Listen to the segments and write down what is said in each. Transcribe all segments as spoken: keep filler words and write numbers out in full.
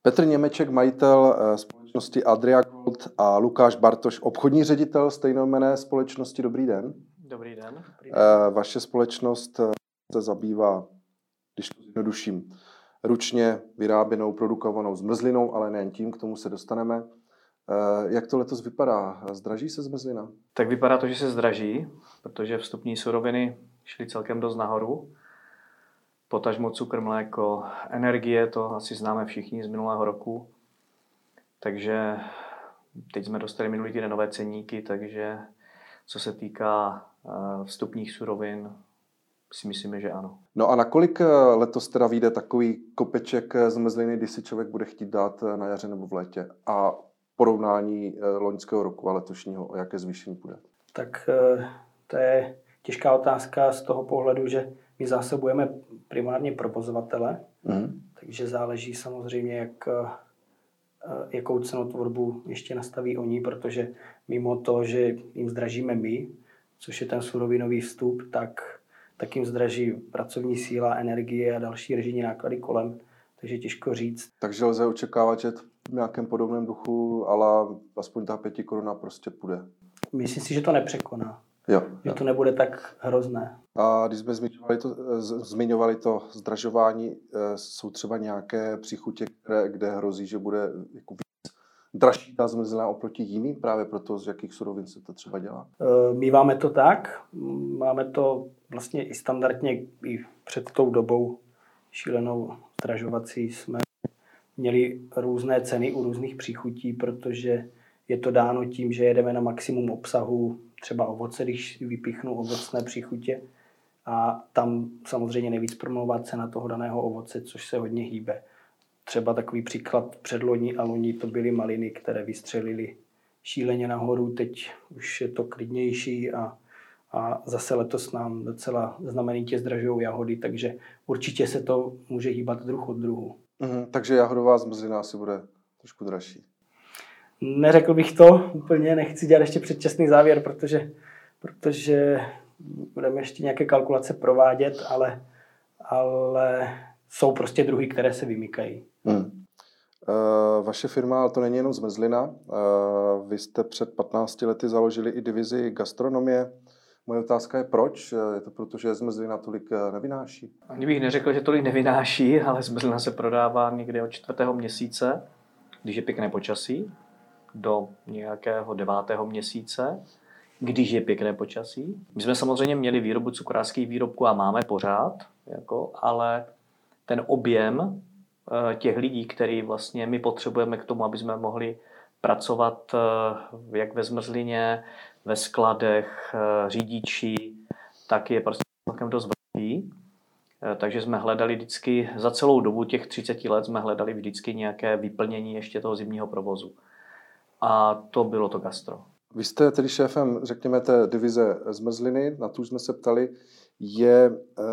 Petr Němeček, majitel společnosti Adria Gold a Lukáš Bartoš, obchodní ředitel stejnojmenné společnosti. Dobrý den. Dobrý den. Dobrý den. Vaše společnost se zabývá, když to zjednoduším, ručně vyráběnou, produkovanou zmrzlinou, ale nejen tím, k tomu se dostaneme. Jak to letos vypadá? Zdraží se zmrzlina? Tak vypadá to, že se zdraží, protože vstupní suroviny šly celkem dost nahoru. Potažmo cukr, mléko, energie, to asi známe všichni z minulého roku. Takže teď jsme dostali minulý týden nové ceníky, takže co se týká vstupních surovin, si myslíme, že ano. No a nakolik letos teda vyjde takový kopeček zmrzliny, kdy si člověk bude chtít dát na jaře nebo v létě? A porovnání loňského roku a letošního, o jaké zvýšení bude? Tak to je těžká otázka z toho pohledu, že my zásobujeme primárně provozovatele, mm. takže záleží samozřejmě, jak, jakou cenotvorbu ještě nastaví oni, protože mimo to, že jim zdražíme my, což je ten surovinový vstup, tak, tak jim zdraží pracovní síla, energie a další režijní náklady kolem, takže těžko říct. Takže lze očekávat, že v nějakém podobném duchu, ale aspoň ta pěti koruna prostě půjde. Myslím si, že to nepřekoná. Jo, že jo. to nebude tak hrozné. A když jsme zmiňovali to, zmiňovali to zdražování, jsou třeba nějaké příchutě, které, kde hrozí, že bude jako víc dražší ta zmrzlina oproti jiným, právě proto, z jakých surovin se to třeba dělá? Míváme to tak, máme to vlastně i standardně i před tou dobou šílenou zdražovací jsme měli různé ceny u různých příchutí, protože je to dáno tím, že jedeme na maximum obsahu, třeba ovoce, když vypíchnu ovocné příchutě. A tam samozřejmě nejvíc promlouvá cena toho daného ovoce, což se hodně hýbe. Třeba takový příklad předloni a loni to byly maliny, které vystřelily šíleně nahoru. Teď už je to klidnější a, a zase letos nám docela znamenitě zdražují jahody, takže určitě se to může hýbat druh od druhu. Mhm, takže jahodová zmrzlina asi bude trošku dražší. Neřekl bych to úplně, nechci dělat ještě předčasný závěr, protože, protože budeme ještě nějaké kalkulace provádět, ale, ale jsou prostě druhy, které se vymykají. Hmm. Uh, vaše firma, ale to není jenom zmrzlina, uh, vy jste před patnácti lety založili i divizi gastronomie. Moje otázka je proč? Je to proto, že zmrzlina tolik nevynáší? Ani bych neřekl, že tolik nevynáší, ale zmrzlina se prodává někde od čtvrtého měsíce, když je pěkné počasí, do nějakého devátého měsíce, když je pěkné počasí. My jsme samozřejmě měli výrobu cukrářských výrobků a máme pořád, jako, ale ten objem těch lidí, který vlastně my potřebujeme k tomu, aby jsme mohli pracovat jak ve zmrzlině, ve skladech, řidiči, tak je prostě celkem dost velký. Takže jsme hledali vždycky, za celou dobu těch třiceti let jsme hledali vždycky nějaké vyplnění ještě toho zimního provozu. A to bylo to gastro. Vy jste tedy šéfem, řekněme, té divize zmrzliny, na tu jsme se ptali, je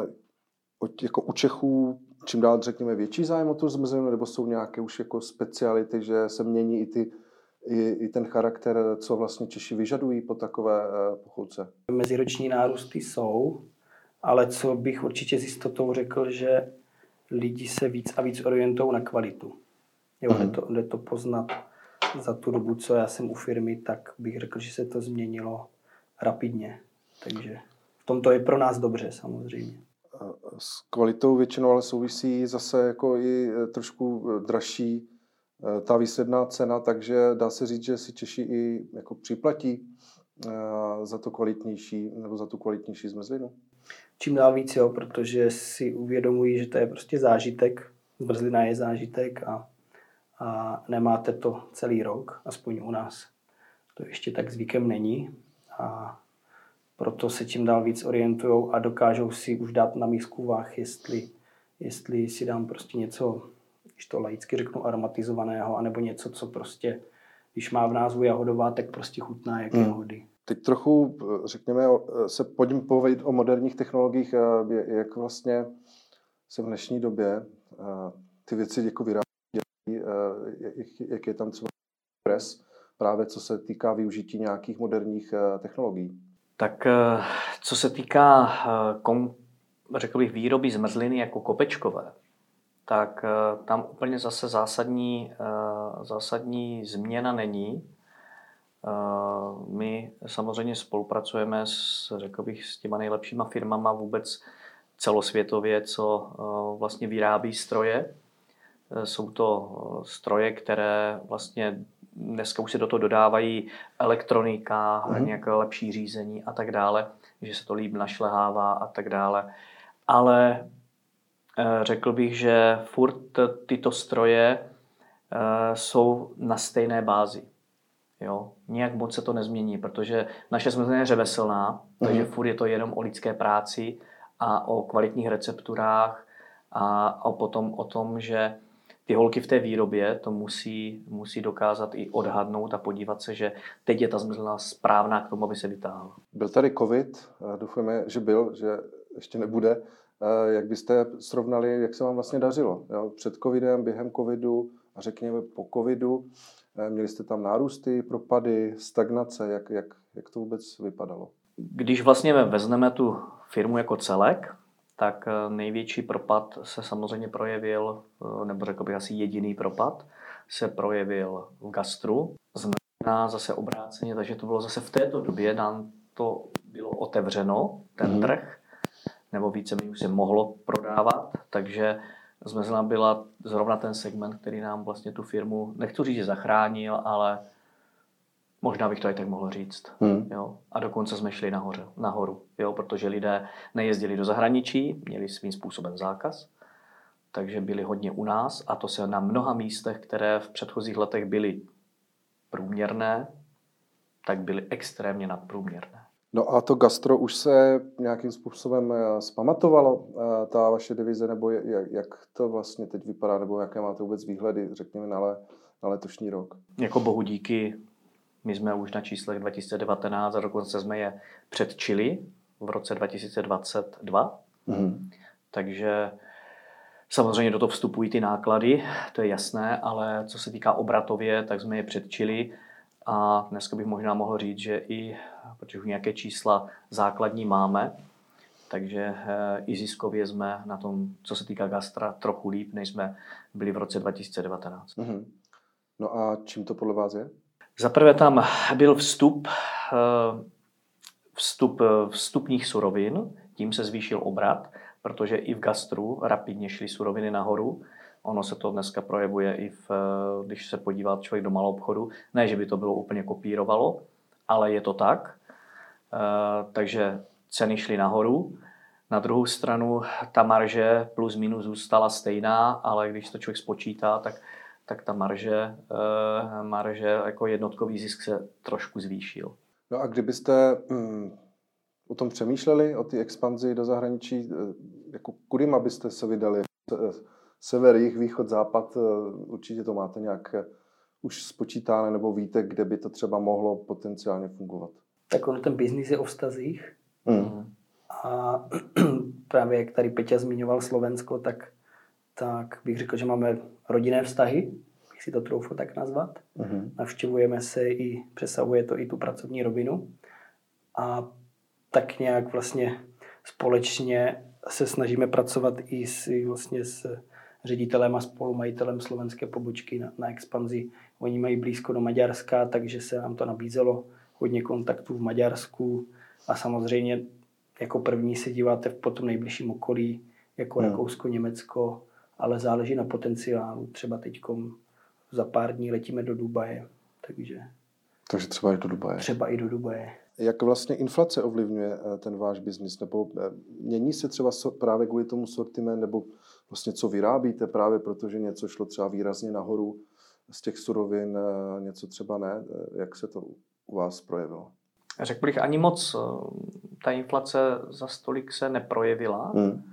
eh, jako u Čechů čím dál, řekněme, větší zájem o tu zmrzlinu, nebo jsou nějaké už jako speciality, že se mění i, ty, i, i ten charakter, co vlastně Češi vyžadují po takové eh, pochůdce? Meziroční nárůsty jsou, ale co bych určitě s jistotou řekl, že lidi se víc a víc orientují na kvalitu. Jo, mm. jde, to, jde to poznat. Za tu dobu, co já jsem u firmy, tak bych řekl, že se to změnilo rapidně. Takže v tom to je pro nás dobře, samozřejmě. S kvalitou většinou ale souvisí zase jako i trošku dražší ta výsledná cena, takže dá se říct, že si Češi i jako připlatí za to kvalitnější nebo za tu kvalitnější zmrzlinu. Čím dál víc, jo, protože si uvědomují, že to je prostě zážitek. Zmrzlina je zážitek a a nemáte to celý rok, aspoň u nás. To ještě tak zvykem není a proto se čím dál víc orientujou a dokážou si už dát na mísku váh, jestli, jestli si dám prostě něco, když to laicky řeknu, aromatizovaného, anebo něco, co prostě, když má v názvu jahodová, tak prostě chutná jak hmm. jahody. Teď trochu, řekněme, se pojďme povědět o moderních technologiích, jak vlastně se v dnešní době ty věci jako vyrábí. Jak je tam třeba pres, právě co se týká využití nějakých moderních technologií? Tak co se týká, řekl bych, výroby zmrzliny jako kopečkové, tak tam úplně zase zásadní, zásadní změna není. My samozřejmě spolupracujeme s, řekl bych, s těma nejlepšíma firmama vůbec celosvětově, co vlastně vyrábí stroje. Jsou to stroje, které vlastně dneska už se do toho dodávají elektronika, mm. nějaké lepší řízení a tak dále, že se to líp našlehává a tak dále. Ale řekl bych, že furt tyto stroje jsou na stejné bázi. Jo? Nijak moc se to nezmění, protože naše zmrzlina je řemeslná, mm. takže furt je to jenom o lidské práci a o kvalitních recepturách a o potom o tom, že ty holky v té výrobě to musí, musí dokázat i odhadnout a podívat se, že teď je ta zmrzlina správná k tomu, aby se vytáhla. Byl tady covid, doufujeme, že byl, že ještě nebude. Jak byste srovnali, jak se vám vlastně dařilo? Jo? Před covidem, během covidu a řekněme po covidu. Měli jste tam nárůsty, propady, stagnace, jak, jak, jak to vůbec vypadalo? Když vlastně vezmeme tu firmu jako celek, tak největší propad se samozřejmě projevil, nebo řekl bych asi jediný propad, se projevil v gastru. Znamená zase obráceně, takže to bylo zase v této době, nám to bylo otevřeno, ten mm. trh, nebo víceméně už se mohlo prodávat, takže zmrzlina byla zrovna ten segment, který nám vlastně tu firmu, nechci říct, že zachránil, ale možná bych to i tak mohl říct. Hmm. Jo? A dokonce jsme šli nahoře, nahoru, jo? Protože lidé nejezdili do zahraničí, měli svým způsobem zákaz, takže byli hodně u nás a to se na mnoha místech, které v předchozích letech byly průměrné, tak byly extrémně nadprůměrné. No a to gastro už se nějakým způsobem zpamatovalo, ta vaše divize, nebo jak to vlastně teď vypadá, nebo jaké máte vůbec výhledy, řekněme, na, le, na letošní rok? Jako bohu díky, my jsme už na číslech dva tisíce devatenáct a dokonce jsme je předčili v roce dva tisíce dvacet dva. Mm. Takže samozřejmě do toho vstupují ty náklady, to je jasné, ale co se týká obratově, tak jsme je předčili. A dneska bych možná mohl říct, že i, protože už nějaké čísla základní máme, takže i ziskově jsme na tom, co se týká gastra, trochu líp, než jsme byli v roce dva tisíce devatenáct. Mm-hmm. No a čím to podle vás je? Zaprvé tam byl vstup, vstup vstupních surovin, tím se zvýšil obrat, protože i v gastru rapidně šly suroviny nahoru. Ono se to dneska projevuje i v, když se podívá člověk do malou obchodu. Ne, že by to bylo úplně kopírovalo, ale je to tak. Takže ceny šly nahoru. Na druhou stranu ta marže plus minus zůstala stejná, ale když to člověk spočítá, tak, tak ta marže, marže jako jednotkový zisk se trošku zvýšil. No a kdybyste mm, o tom přemýšleli, o té expanzi do zahraničí, jako kudym abyste se vydali? Sever, jih, východ, západ, určitě to máte nějak už spočítáno, nebo víte, kde by to třeba mohlo potenciálně fungovat? Tak ono ten biznis je o vztazích. Mm. A právě jak tady Peťa zmiňoval Slovensko, tak, tak bych řekl, že máme rodinné vztahy, bych si to troufl tak nazvat. Mm. Navštěvujeme se i, přesahuje to i tu pracovní rovinu. A tak nějak vlastně společně se snažíme pracovat i s, vlastně s ředitelem a spolumajitelem slovenské pobočky na, na expanzi. Oni mají blízko do Maďarska, takže se nám to nabízelo, hodně kontaktů v Maďarsku a samozřejmě jako první se díváte po tom nejbližším okolí, jako hmm. Rakousko, Německo, ale záleží na potenciálu. Třeba teďkom za pár dní letíme do Dubaje, takže... Takže třeba i do Dubaje. Třeba i do Dubaje. Jak vlastně inflace ovlivňuje ten váš biznis? Nebo mění se třeba právě kvůli tomu sortiment, nebo vlastně co vyrábíte právě protože něco šlo třeba výrazně nahoru z těch surovin, něco třeba ne? Jak se to u vás projevilo? Řekl bych ani moc. Ta inflace za stolik se neprojevila, hmm.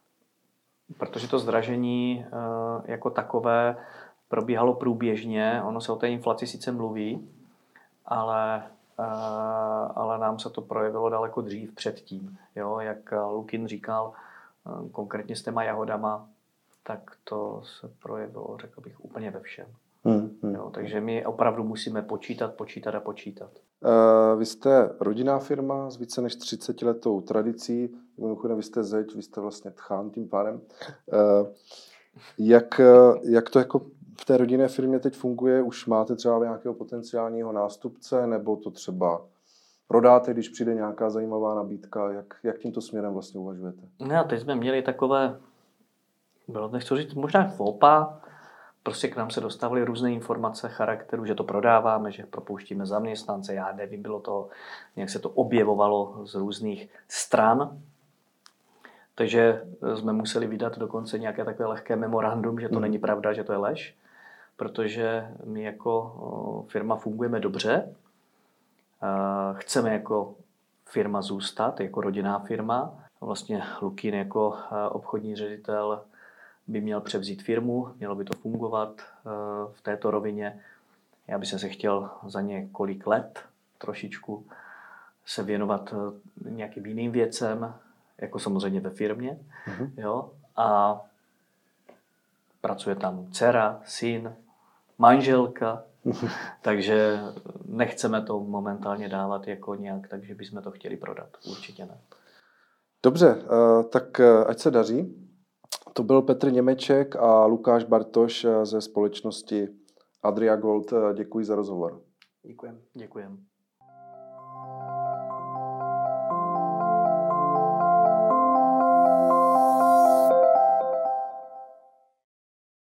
protože to zdražení jako takové probíhalo průběžně. Ono se o té inflaci sice mluví, ale, ale nám se to projevilo daleko dřív předtím. Jo? Jak Lukin říkal, konkrétně s těma jahodama, tak to se projevilo, řekl bych, úplně ve všem. Hmm, hmm. Jo, takže my opravdu musíme počítat, počítat a počítat. Uh, vy jste rodinná firma s více než třicetiletou tradicí. Mimochodem, vy jste zeď, vy jste vlastně tchán tím pádem. Uh, Jak, jak to jako v té rodinné firmě teď funguje? Už máte třeba nějakého potenciálního nástupce, nebo to třeba prodáte, když přijde nějaká zajímavá nabídka? Jak, jak tímto směrem vlastně uvažujete? No a teď jsme měli takové, bylo nechci říct, možná fópa, prostě k nám se dostávaly různé informace charakteru, že to prodáváme, že propouštíme zaměstnance, já nevím, bylo to, nějak se to objevovalo z různých stran. Takže jsme museli vydat dokonce nějaké takové lehké memorandum, že to mm. není pravda, že to je lež, protože my jako firma fungujeme dobře, chceme jako firma zůstat, jako rodinná firma. Vlastně Lukin jako obchodní ředitel by měl převzít firmu, mělo by to fungovat v této rovině. Já bych se chtěl za několik let trošičku se věnovat nějakým jiným věcem, jako samozřejmě ve firmě. Mm-hmm. Jo? A pracuje tam dcera, syn, manželka, takže nechceme to momentálně dávat jako nějak, takže bychom to chtěli prodat. Určitě ne. Dobře, tak ať se daří. To byl Petr Němeček a Lukáš Bartoš ze společnosti Adria Gold. Děkuji za rozhovor. Děkujem. Děkujem.